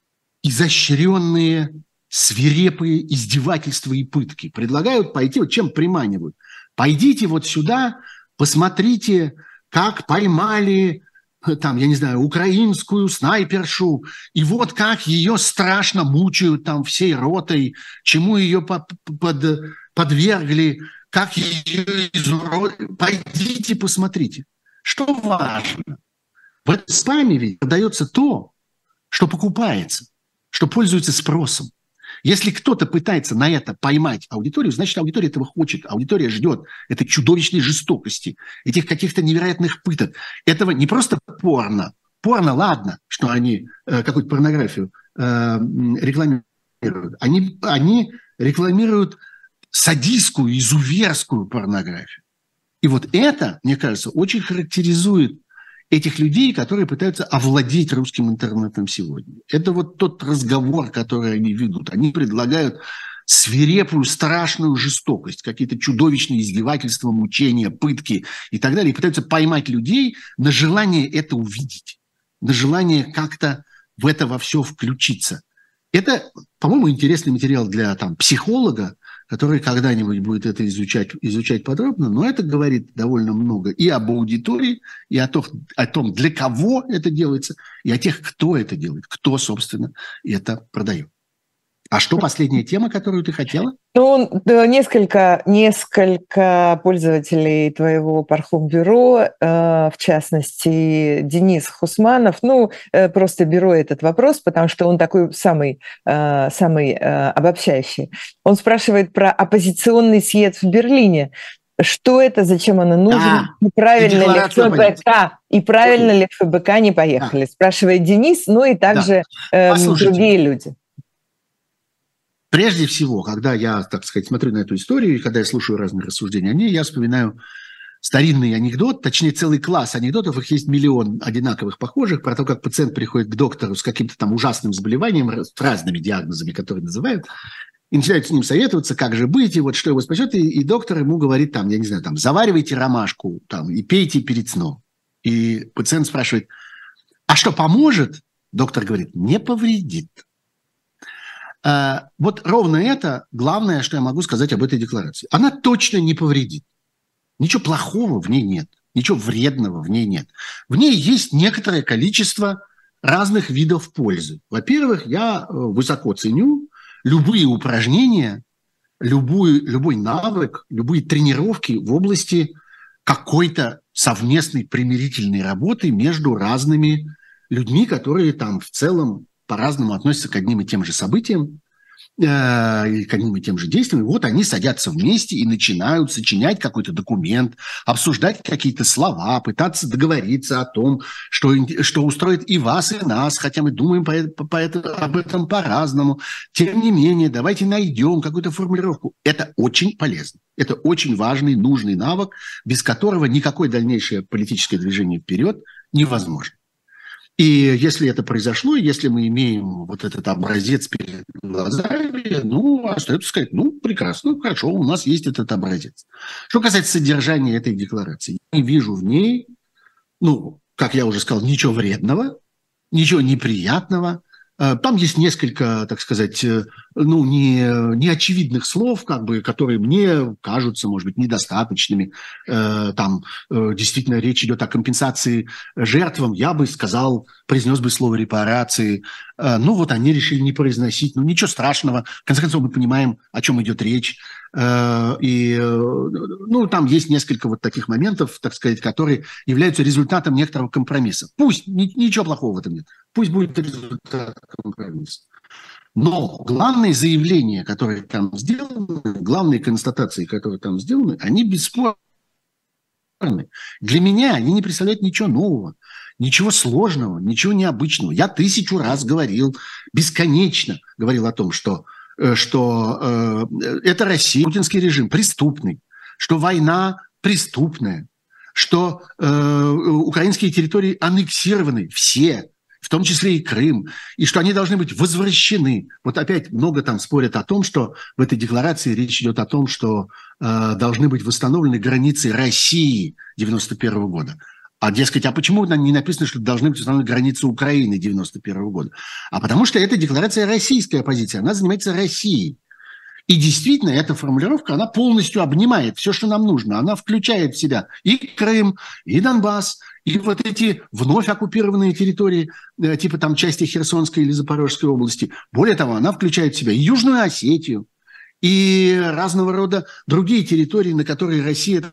изощренные, свирепые издевательства и пытки. Предлагают пойти, вот чем приманивают. Пойдите вот сюда, посмотрите, как поймали, там, я не знаю, украинскую снайпершу, и вот как ее страшно мучают там всей ротой, чему ее под, под, подвергли, как ее изуродовали. Пойдите, посмотрите. Что важно? В этом спаме ведь продается то, что покупается, что пользуется спросом. Если кто-то пытается на это поймать аудиторию, значит, аудитория этого хочет, аудитория ждет этой чудовищной жестокости, этих каких-то невероятных пыток. Этого не просто порно. Порно, ладно, что они э, какую-то порнографию э, рекламируют. Они, они рекламируют садистскую, изуверскую порнографию. И вот это, мне кажется, очень характеризует этих людей, которые пытаются овладеть русским интернетом сегодня. Это вот тот разговор, который они ведут. Они предлагают свирепую, страшную жестокость, какие-то чудовищные издевательства, мучения, пытки и так далее. И пытаются поймать людей на желание это увидеть, на желание как-то в это во все включиться. Это, по-моему, интересный материал для там, психолога, который когда-нибудь будет это изучать, изучать подробно, но это говорит довольно много и об аудитории, и о том, о том, для кого это делается, и о тех, кто это делает, кто, собственно, это продает. А что последняя тема, которую ты хотела? Ну, несколько, несколько пользователей твоего Пархом-бюро, э, в частности, Денис Хусманов, ну, э, просто беру этот вопрос, потому что он такой самый, э, самый э, обобщающий. Он спрашивает про оппозиционный съезд в Берлине. Что это, зачем оно нужно, а, и правильно ли ФБК, и правильно ли ФБК не поехали, а. спрашивает Денис, ну и также да. э, другие люди. Прежде всего, когда я, так сказать, смотрю на эту историю, и когда я слушаю разные рассуждения о ней, я вспоминаю старинный анекдот, точнее, целый класс анекдотов, их есть миллион одинаковых, похожих, про то, как пациент приходит к доктору с каким-то там ужасным заболеванием, с разными диагнозами, которые называют, и начинают с ним советоваться, как же быть, и вот что его спасет, и, и доктор ему говорит, там, я не знаю, там, заваривайте ромашку там, и пейте перед сном. И пациент спрашивает, а что, поможет? Доктор говорит, не повредит. Вот ровно это главное, что я могу сказать об этой декларации. Она точно не повредит. Ничего плохого в ней нет, ничего вредного в ней нет. В ней есть некоторое количество разных видов пользы. Во-первых, я высоко ценю любые упражнения, любую, любой навык, любые тренировки в области какой-то совместной примирительной работы между разными людьми, которые там в целом по-разному относятся к одним и тем же событиям, и к одним и тем же действиям. И вот они садятся вместе и начинают сочинять какой-то документ, обсуждать какие-то слова, пытаться договориться о том, что, что устроит и вас, и нас, хотя мы думаем по, по, об этом по-разному. Тем не менее, давайте найдем какую-то формулировку. Это очень полезно. Это очень важный, нужный навык, без которого никакое дальнейшее политическое движение вперед невозможно. И если это произошло, если мы имеем вот этот образец перед глазами, ну, остается сказать, ну, прекрасно, хорошо, у нас есть этот образец. Что касается содержания этой декларации, я не вижу в ней, ну, как я уже сказал, ничего вредного, ничего неприятного. Там есть несколько, так сказать, ну, не, неочевидных слов, как бы, которые мне кажутся, может быть, недостаточными. Там действительно речь идет о компенсации жертвам. Я бы сказал, произнес бы слово репарации. Ну, вот они решили не произносить. Ну, ничего страшного. В конце концов, мы понимаем, о чем идет речь. И, ну, там есть несколько вот таких моментов, так сказать, которые являются результатом некоторого компромисса. Пусть, ничего плохого в этом нет. Пусть будет результат компромисса. Но главные заявления, которые там сделаны, главные констатации, которые там сделаны, они бесспорны. Для меня они не представляют ничего нового, ничего сложного, ничего необычного. Я тысячу раз говорил, бесконечно говорил о том, что, что э, это Россия, путинский режим преступный, что война преступная, что э, украинские территории аннексированы все, в том числе и Крым, и что они должны быть возвращены. Вот опять много там спорят о том, что в этой декларации речь идет о том, что э, должны быть восстановлены границы России девяносто первого года. А, дескать, а почему не написано, что должны быть установлены границы Украины девяносто первого года? А потому что эта декларация российская позиция, она занимается Россией. И действительно, эта формулировка, она полностью обнимает все, что нам нужно. Она включает в себя и Крым, и Донбасс, и вот эти вновь оккупированные территории, типа там части Херсонской или Запорожской области. Более того, она включает в себя и Южную Осетию, и разного рода другие территории, на которые Россия,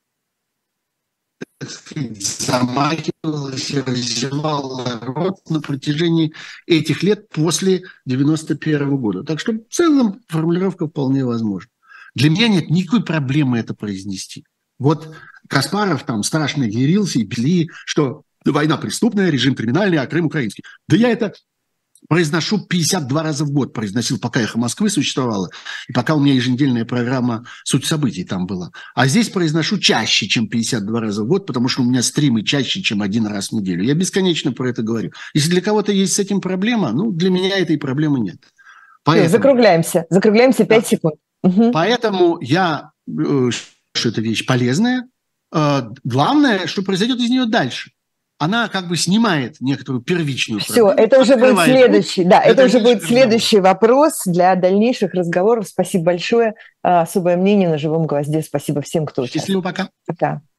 так сказать, замахивалась и развивала народ на протяжении этих лет после девяносто первого года. Так что в целом формулировка вполне возможна. Для меня нет никакой проблемы это произнести. Вот Каспаров там страшно ярился и бели, что война преступная, режим криминальный, а Крым украинский. Да я это произношу пятьдесят два раза в год, произносил, пока «Эхо Москвы» существовало, и пока у меня еженедельная программа «Суть событий» там была. А здесь произношу чаще, чем пятьдесят два раза в год, потому что у меня стримы чаще, чем один раз в неделю. Я бесконечно про это говорю. Если для кого-то есть с этим проблема, ну, для меня этой проблемы нет. Поэтому, закругляемся. Закругляемся пять да. секунд. Угу. Поэтому я, что эта вещь полезная. Главное, что произойдет из нее дальше. Она как бы снимает некоторую первичную проблему. Все, это уже будет следующий, да, это уже будет следующий вопрос для дальнейших разговоров. Спасибо большое. Особое мнение на живом гвозде. Спасибо всем, кто участвовал. Счастливо, пока. Пока.